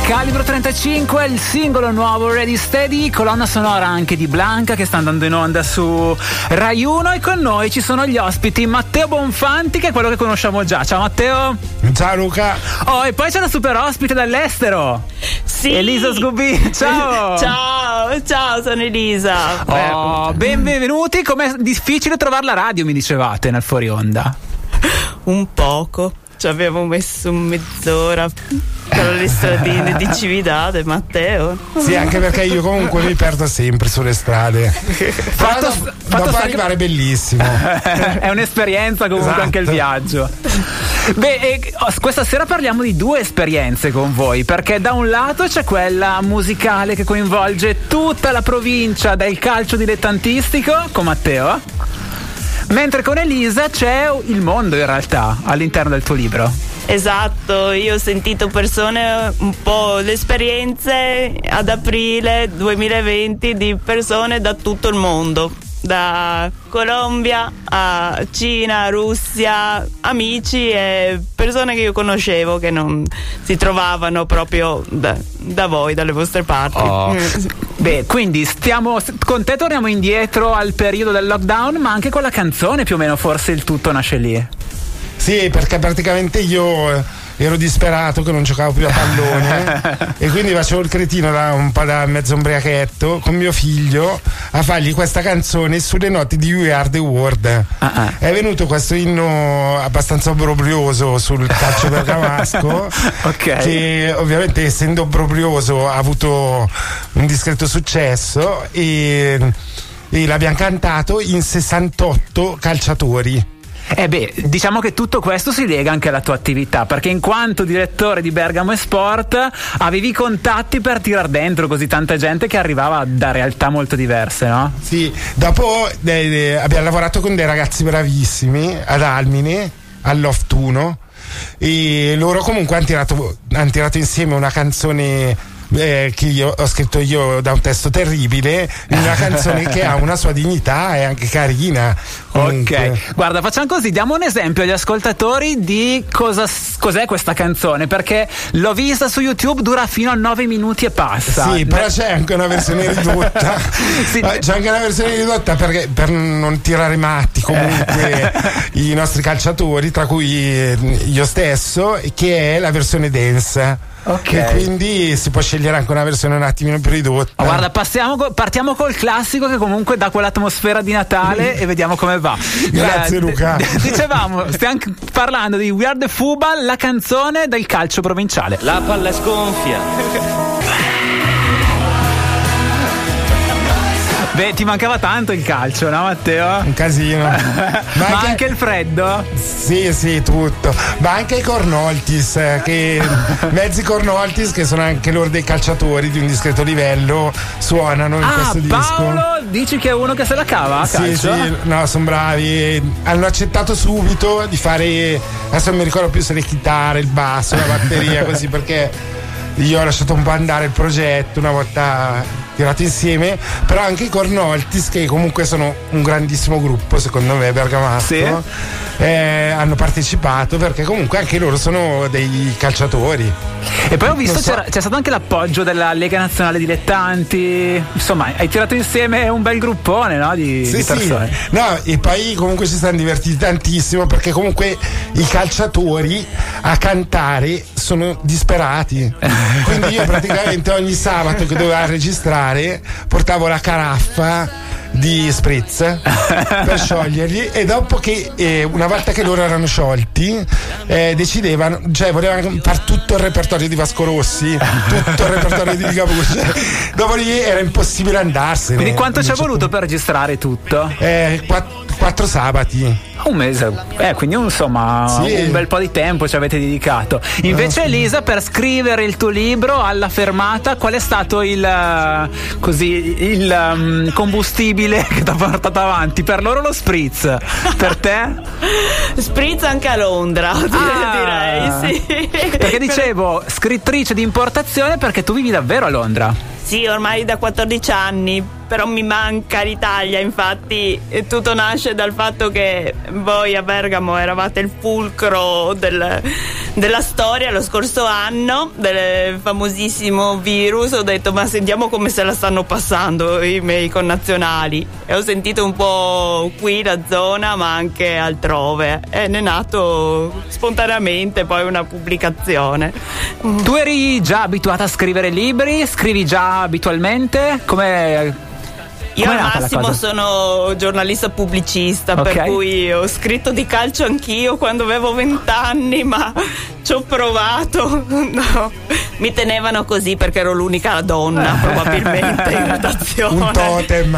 Calibro 35, il singolo nuovo Ready Steady, colonna sonora anche di Blanca che sta andando in onda su Rai 1, e con noi ci sono gli ospiti Matteo Bonfanti, che è quello che conosciamo già. Ciao Matteo. Ciao Luca. Oh, e poi c'è la super ospite dall'estero. Sì. Elisa Sgubbi. Ciao. Ciao, sono Elisa. Oh, benvenuti. Com'è difficile trovare la radio, mi dicevate nel fuori onda? Un poco. Ci abbiamo messo mezz'ora per le stradine di Cividade, Matteo. Sì, anche perché io comunque mi perdo sempre sulle strade. Dopo arrivare bellissimo. È un'esperienza comunque, esatto. Anche il viaggio. Questa sera parliamo di due esperienze con voi, perché da un lato c'è quella musicale che coinvolge tutta la provincia del calcio dilettantistico con Matteo, mentre con Elisa c'è il mondo in realtà all'interno del tuo libro. Esatto, io ho sentito persone, un po' le esperienze ad aprile 2020 di persone da tutto il mondo, da Colombia a Cina, Russia, amici e persone che io conoscevo che non si trovavano proprio da voi, dalle vostre parti. Oh. Beh, quindi con te torniamo indietro al periodo del lockdown, ma anche con la canzone più o meno forse il tutto nasce lì. Sì, perché praticamente io ero disperato che non giocavo più a pallone e quindi facevo il cretino un po' da mezzo ubriachetto con mio figlio a fargli questa canzone sulle note di We Are The World. È venuto questo inno abbastanza obbrobrioso sul calcio bergamasco, okay. Che ovviamente essendo obbrobrioso ha avuto un discreto successo e l'abbiamo cantato in 68 calciatori. Diciamo che tutto questo si lega anche alla tua attività, perché in quanto direttore di Bergamo Esport avevi contatti per tirar dentro così tanta gente che arrivava da realtà molto diverse, no? Sì, dopo abbiamo lavorato con dei ragazzi bravissimi ad Almine, al Loft 1, e loro comunque hanno tirato insieme una canzone che io ho scritto io da un testo terribile, una canzone che ha una sua dignità e anche carina comunque. Ok, guarda, facciamo così, diamo un esempio agli ascoltatori di cos'è questa canzone, perché l'ho vista su YouTube, dura fino a 9 minuti e passa. Sì, però c'è anche una versione ridotta. Sì. C'è anche una versione ridotta perché per non tirare matti comunque i nostri calciatori, tra cui io stesso, che è la versione dance. Ok. E quindi si può scegliere anche una versione un attimino più ridotta. Guarda, partiamo col classico che comunque dà quell'atmosfera di Natale e vediamo come va. Grazie Luca. Dicevamo, stiamo parlando di We Are The Football, la canzone del calcio provinciale. La palla è sgonfia. Beh, ti mancava tanto il calcio, no Matteo? Un casino. Ma anche il freddo? Sì, tutto. Ma anche i Cornoltis, mezzi Cornoltis, che sono anche loro dei calciatori di un discreto livello, suonano in questo disco. Paolo, dici che è uno che se la cava a calcio? Sì, no, sono bravi. Hanno accettato subito di fare, adesso non mi ricordo più se le chitarre, il basso, la batteria, così, perché io ho lasciato un po' andare il progetto una volta tirato insieme, però anche i Cornoltis, che comunque sono un grandissimo gruppo secondo me bergamasco, sì. Hanno partecipato perché comunque anche loro sono dei calciatori. E poi ho visto c'è stato anche l'appoggio della Lega Nazionale Dilettanti, insomma hai tirato insieme un bel gruppone, no? di persone. Sì. No, e poi comunque ci siamo divertiti tantissimo perché comunque i calciatori a cantare sono disperati, quindi io praticamente ogni sabato che dovevo registrare portavo la caraffa di spritz per scioglierli, e dopo che una volta che loro erano sciolti decidevano, cioè volevano fare tutto il repertorio di Vasco Rossi, tutto il repertorio di Ligabue, dopo lì era impossibile andarsene. Quindi quanto ci è voluto per registrare tutto? 4 sabati. Un mese, quindi insomma sì. Un bel po' di tempo ci avete dedicato. Invece Elisa, per scrivere il tuo libro alla fermata, qual è stato il combustibile che ti ha portato avanti? Per loro lo spritz, per te? Spritz anche a Londra, direi, sì. Perché dicevo, scrittrice di importazione perché tu vivi davvero a Londra. Sì, ormai da 14 anni, però mi manca l'Italia, infatti tutto nasce dal fatto che voi a Bergamo eravate il fulcro della storia lo scorso anno del famosissimo virus, ho detto ma sentiamo come se la stanno passando i miei connazionali, e ho sentito un po' qui la zona ma anche altrove, e ne è nato spontaneamente poi una pubblicazione. Tu eri già abituata a scrivere libri? Scrivi già abitualmente? Io al massimo sono giornalista pubblicista, okay. Per cui ho scritto di calcio anch'io quando avevo 20 anni, ma ci ho provato. No. Mi tenevano così perché ero l'unica donna probabilmente in redazione. Un totem.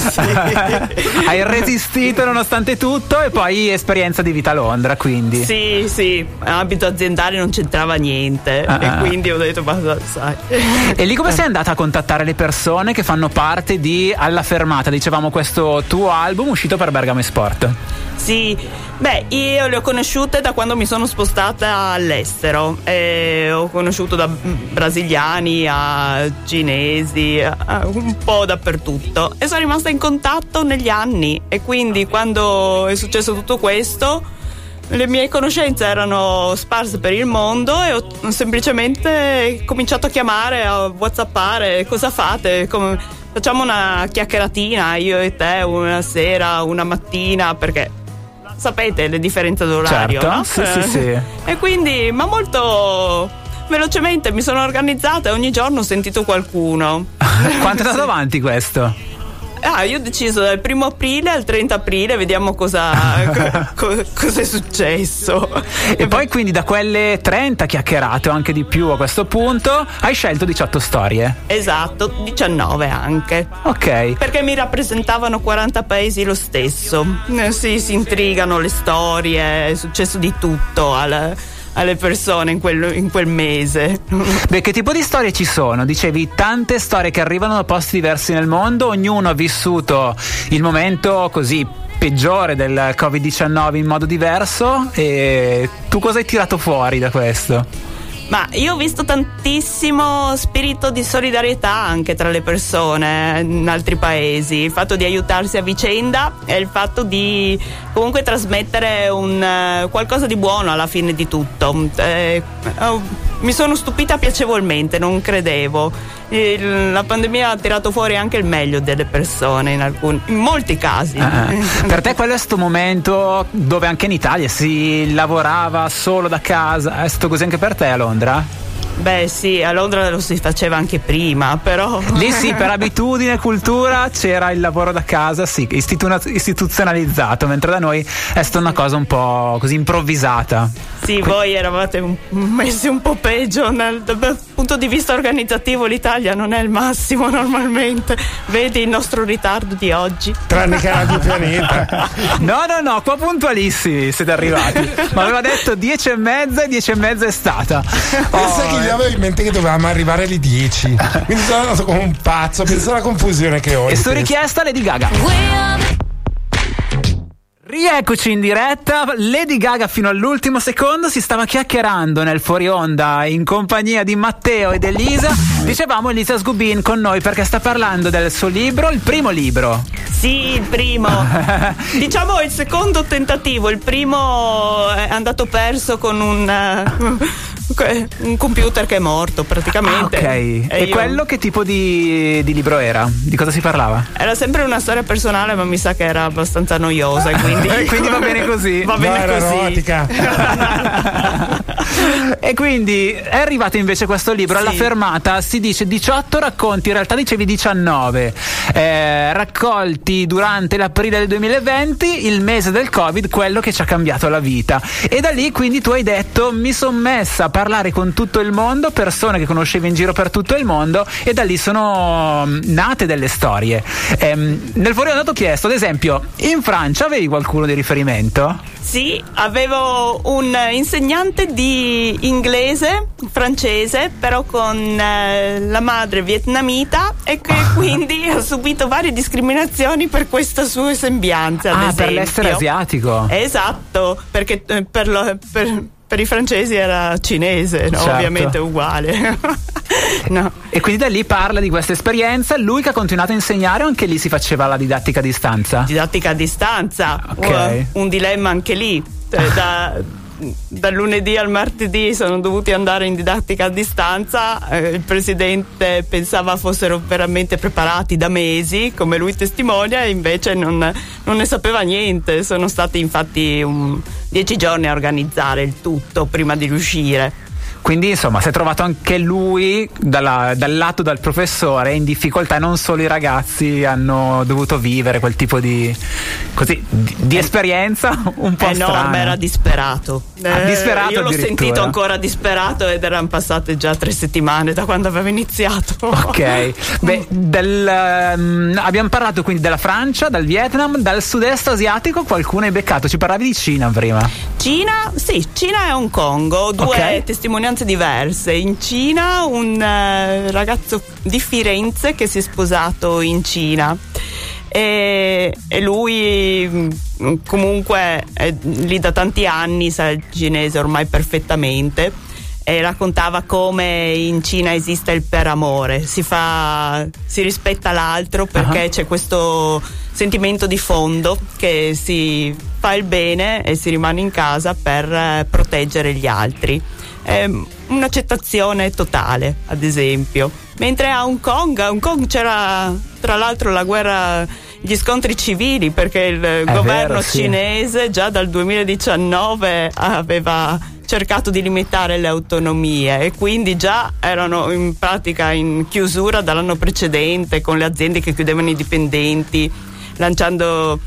Sì. Hai resistito nonostante tutto, e poi esperienza di vita a Londra, quindi. Sì, ambito aziendale non c'entrava niente, e quindi ho detto basta, sai. E lì come sei andata a contattare le persone che fanno parte di Alla Fermata, dicevamo, questo tuo album uscito per Bergamo Sport? Sì, io le ho conosciute da quando mi sono spostata all'estero, ho conosciuto da brasiliani a cinesi, un po' dappertutto, e sono rimasta in contatto negli anni, e quindi quando è successo tutto questo le mie conoscenze erano sparse per il mondo e ho semplicemente cominciato a chiamare, a whatsappare, cosa fate, facciamo una chiacchieratina io e te una sera, una mattina, perché sapete le differenze d'orario, certo, no? Sì. E quindi, ma molto velocemente mi sono organizzata e ogni giorno ho sentito qualcuno. Quanto è andato avanti questo? Io ho deciso dal 1 aprile al 30 aprile, vediamo cosa è successo. E poi quindi da quelle 30 chiacchierate o anche di più a questo punto hai scelto 18 storie. Esatto, 19 anche. Ok. Perché mi rappresentavano 40 paesi lo stesso. Si intrigano le storie, è successo di tutto alle persone in quel mese. Beh, che tipo di storie ci sono? Dicevi tante storie che arrivano da posti diversi nel mondo, ognuno ha vissuto il momento così peggiore del Covid-19 in modo diverso, e tu cosa hai tirato fuori da questo? Ma io ho visto tantissimo spirito di solidarietà anche tra le persone in altri paesi, il fatto di aiutarsi a vicenda e il fatto di comunque trasmettere qualcosa di buono alla fine di tutto. Mi sono stupita piacevolmente, non credevo. La pandemia ha tirato fuori anche il meglio delle persone in molti casi. Per te quello è stato un momento dove anche in Italia si lavorava solo da casa? È stato così anche per te a Londra? Beh sì, a Londra lo si faceva anche prima, però lì sì, per abitudine, cultura c'era il lavoro da casa, sì, istituzionalizzato, mentre da noi è stata una cosa un po' così improvvisata. Sì, voi eravate messi un po' peggio dal punto di vista organizzativo. L'Italia non è il massimo normalmente, vedi il nostro ritardo di oggi. Tranne che Radio Pianeta. No, qua puntualissimi siete arrivati. Ma aveva detto 10:30 e 10:30 è stata. Pensa che io avevo in mente che dovevamo arrivare alle 10, quindi sono andato come un pazzo, penso alla confusione che ho. E su richiesta Lady Gaga. Rieccoci in diretta. Lady Gaga fino all'ultimo secondo si stava chiacchierando nel fuori onda in compagnia di Matteo ed Elisa. Dicevamo Elisa Sgubin con noi perché sta parlando del suo libro, il primo libro. Sì, il primo. Diciamo il secondo tentativo, il primo è andato perso con un computer che è morto praticamente. Ok. E quello che tipo di libro era? Di cosa si parlava? Era sempre una storia personale, ma mi sa che era abbastanza noiosa, quindi va bene così. Va bene era così. erotica. E quindi è arrivato invece questo libro, sì. Alla Fermata si dice 18 racconti, in realtà dicevi 19 raccolti durante l'aprile del 2020, il mese del Covid, quello che ci ha cambiato la vita. E da lì quindi tu hai detto mi sono messa a parlare con tutto il mondo, persone che conoscevi in giro per tutto il mondo, e da lì sono nate delle storie. Nel fuori onda ti ho chiesto, ad esempio, in Francia avevi qualcuno di riferimento? Sì, avevo un insegnante di inglese, francese, però con la madre vietnamita, e che quindi ha subito varie discriminazioni per questa sua sembianza. Ad esempio. Per l'essere asiatico. Esatto, perché per i francesi era cinese, no? Certo. Ovviamente uguale. No. E quindi da lì parla di questa esperienza. Lui che ha continuato a insegnare, o anche lì si faceva la didattica a distanza? Didattica a distanza, okay. Un dilemma anche lì. dal lunedì al martedì sono dovuti andare in didattica a distanza. Il presidente pensava fossero veramente preparati da mesi, come lui testimonia, e invece non ne sapeva niente. Sono stati infatti 10 giorni a organizzare il tutto prima di riuscire. Quindi insomma si è trovato anche lui dal lato del professore in difficoltà, e non solo i ragazzi hanno dovuto vivere quel tipo di esperienza un po' strana. No, ma era disperato. Disperato io l'ho sentito ancora disperato ed erano passate già 3 settimane da quando aveva iniziato. Ok, abbiamo parlato quindi della Francia, dal Vietnam, dal sud-est asiatico. Qualcuno hai beccato? Ci parlavi di Cina prima. Cina e Hong Kong, ho due testimonianze diverse. In Cina un ragazzo di Firenze che si è sposato in Cina e lui comunque è lì da tanti anni, sa il cinese ormai perfettamente, e raccontava come in Cina esiste il per amore, si rispetta l'altro perché c'è questo sentimento di fondo che si fa il bene e si rimane in casa per proteggere gli altri. Un'accettazione totale, ad esempio. Mentre a Hong Kong c'era tra l'altro la guerra, gli scontri civili, perché il governo cinese già dal 2019 aveva cercato di limitare le autonomie e quindi già erano in pratica in chiusura dall'anno precedente, con le aziende che chiudevano i dipendenti, lanciando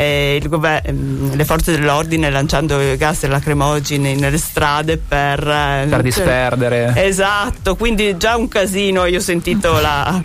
le forze dell'ordine lanciando gas e lacrimogeni nelle strade per disperdere. Esatto, quindi già un casino. Io ho sentito la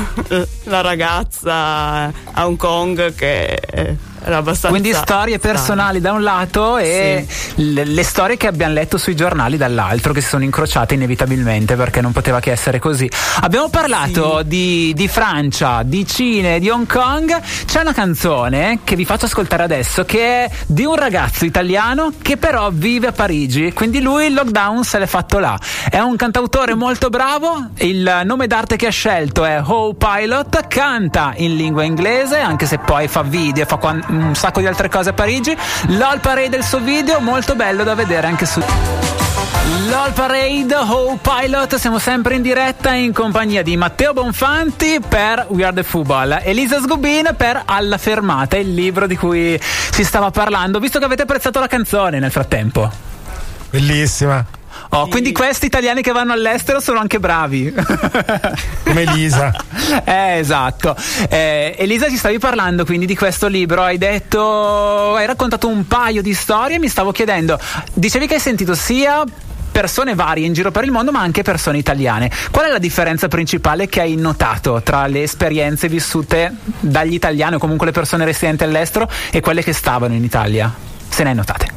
ragazza a Hong Kong che era abbastanza. Quindi storie personali da un lato e le storie che abbiamo letto sui giornali dall'altro, che si sono incrociate inevitabilmente, perché non poteva che essere così. Abbiamo parlato di Francia, di Cina e di Hong Kong. C'è una canzone che vi faccio ascoltare adesso, che è di un ragazzo italiano che però vive a Parigi, quindi lui il lockdown se l'è fatto là. È un cantautore molto bravo, il nome d'arte che ha scelto è Hope Pilot, canta in lingua inglese, anche se poi fa video, fa un sacco di altre cose a Parigi. LOL Parade il suo video, molto bello da vedere anche su LOL Parade, Hope Pilot. Siamo sempre in diretta in compagnia di Matteo Bonfanti per We Are The Football, Elisa Sgubin per Alla Fermata, il libro di cui si stava parlando, visto che avete apprezzato la canzone nel frattempo. Bellissima. Quindi questi italiani che vanno all'estero sono anche bravi. Come Elisa. Esatto. Elisa, ci stavi parlando quindi di questo libro, hai raccontato un paio di storie, mi stavo chiedendo, dicevi che hai sentito sia persone varie in giro per il mondo ma anche persone italiane. Qual è la differenza principale che hai notato tra le esperienze vissute dagli italiani o comunque le persone residenti all'estero e quelle che stavano in Italia? Se ne hai notate?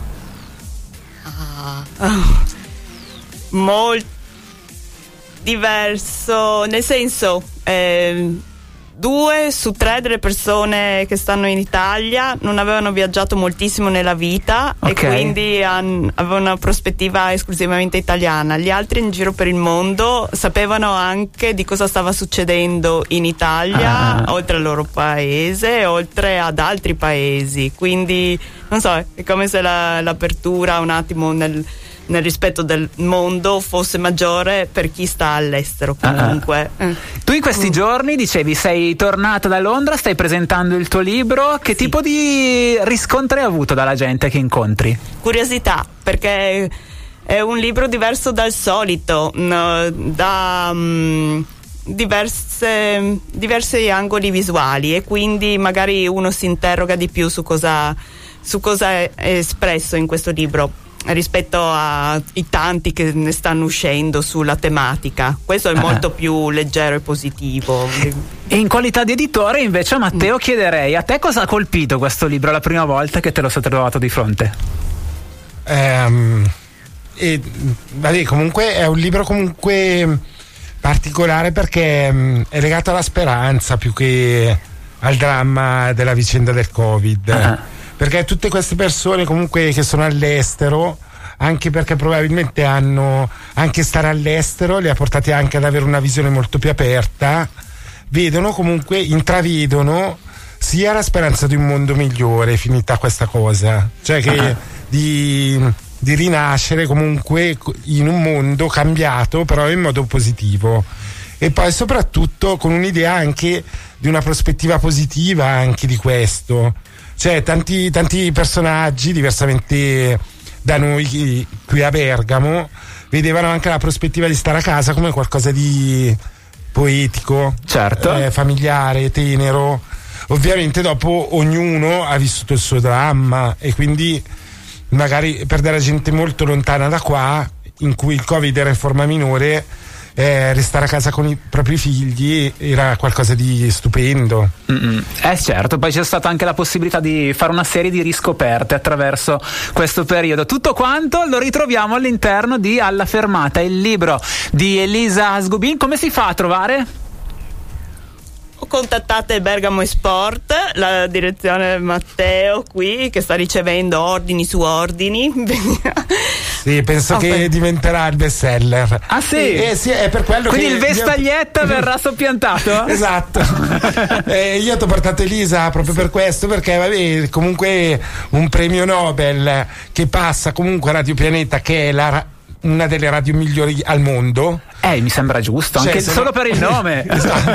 Molto diverso, nel senso 2 su 3 delle persone che stanno in Italia non avevano viaggiato moltissimo nella vita e quindi avevano una prospettiva esclusivamente italiana. Gli altri in giro per il mondo sapevano anche di cosa stava succedendo in Italia, oltre al loro paese, oltre ad altri paesi, quindi non so, è come se l'apertura un attimo nel rispetto del mondo fosse maggiore per chi sta all'estero comunque. Tu in questi giorni dicevi sei tornata da Londra, stai presentando il tuo libro, che tipo di riscontri hai avuto dalla gente che incontri? Curiosità, perché è un libro diverso dal solito, da diversi angoli visuali, e quindi magari uno si interroga di più su cosa è espresso in questo libro rispetto ai tanti che ne stanno uscendo sulla tematica. Questo è molto più leggero e positivo. E in qualità di editore invece a Matteo chiederei, a te cosa ha colpito questo libro la prima volta che te lo sei trovato di fronte? Comunque è un libro particolare perché è legato alla speranza più che al dramma della vicenda del Covid. Perché tutte queste persone comunque che sono all'estero, anche perché probabilmente anche stare all'estero li ha portati anche ad avere una visione molto più aperta, intravedono sia la speranza di un mondo migliore finita questa cosa, cioè che di di rinascere comunque in un mondo cambiato, però in modo positivo, e poi soprattutto con un'idea anche di una prospettiva positiva anche di questo, cioè tanti personaggi, diversamente da noi qui a Bergamo, vedevano anche la prospettiva di stare a casa come qualcosa di poetico, certo, familiare, tenero. Ovviamente dopo ognuno ha vissuto il suo dramma, e quindi magari per della gente molto lontana da qua, in cui il Covid era in forma minore, restare a casa con i propri figli era qualcosa di stupendo. Certo, poi c'è stata anche la possibilità di fare una serie di riscoperte attraverso questo periodo. Tutto quanto lo ritroviamo all'interno di Alla Fermata, il libro di Elisa Sgubin. Come si fa a trovare? Contattate Bergamo Esport, la direzione Matteo qui che sta ricevendo ordini su ordini. Sì, penso che diventerà il best seller. Ah sì? Sì, è per quello. Quindi che il Vestaglietta verrà soppiantato? Esatto. Io ti ho portato Elisa proprio per questo, perché vabbè, comunque un premio Nobel che passa comunque a Radio Pianeta, che è una delle radio migliori al mondo. Mi sembra giusto, cioè, anche solo per il nome.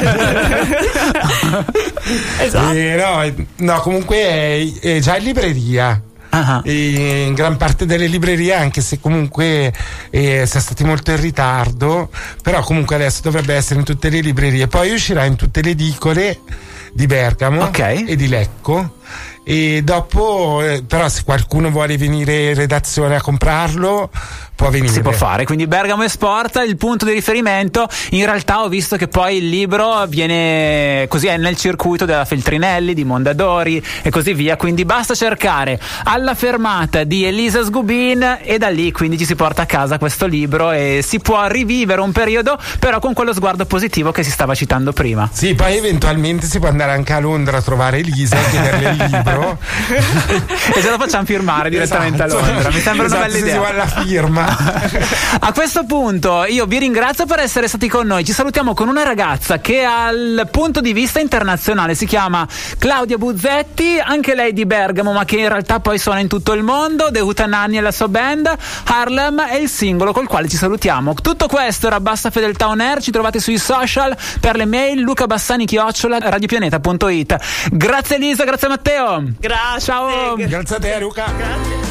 Esatto. No, comunque è già in libreria. In gran parte delle librerie, anche se comunque siamo stati molto in ritardo, però comunque adesso dovrebbe essere in tutte le librerie. Poi uscirà in tutte le edicole di Bergamo e di Lecco, e dopo però se qualcuno vuole venire in redazione a comprarlo può venire. Si può fare, quindi Bergamo Esport, il punto di riferimento. In realtà ho visto che poi il libro viene così, è nel circuito della Feltrinelli, di Mondadori e così via, quindi basta cercare Alla Fermata di Elisa Sgubin e da lì quindi ci si porta a casa questo libro e si può rivivere un periodo, però con quello sguardo positivo che si stava citando prima. Sì, poi eventualmente si può andare anche a Londra a trovare Elisa e chiederle il libro e ce lo facciamo firmare direttamente a Londra. Mi sembra una bella idea. Si va alla firma. A questo punto io vi ringrazio per essere stati con noi. Ci salutiamo con una ragazza che ha il punto di vista internazionale, si chiama Claudia Buzzetti, anche lei di Bergamo ma che in realtà poi suona in tutto il mondo. The Utanani e la sua band, Harlem è il singolo col quale ci salutiamo. Tutto questo era Bassa Fedeltà On Air, ci trovate sui social, per le mail lucabassani@radiopianeta.it. Grazie Elisa, grazie Matteo. Grazie. Ciao. Grazie a te Luca. Grazie.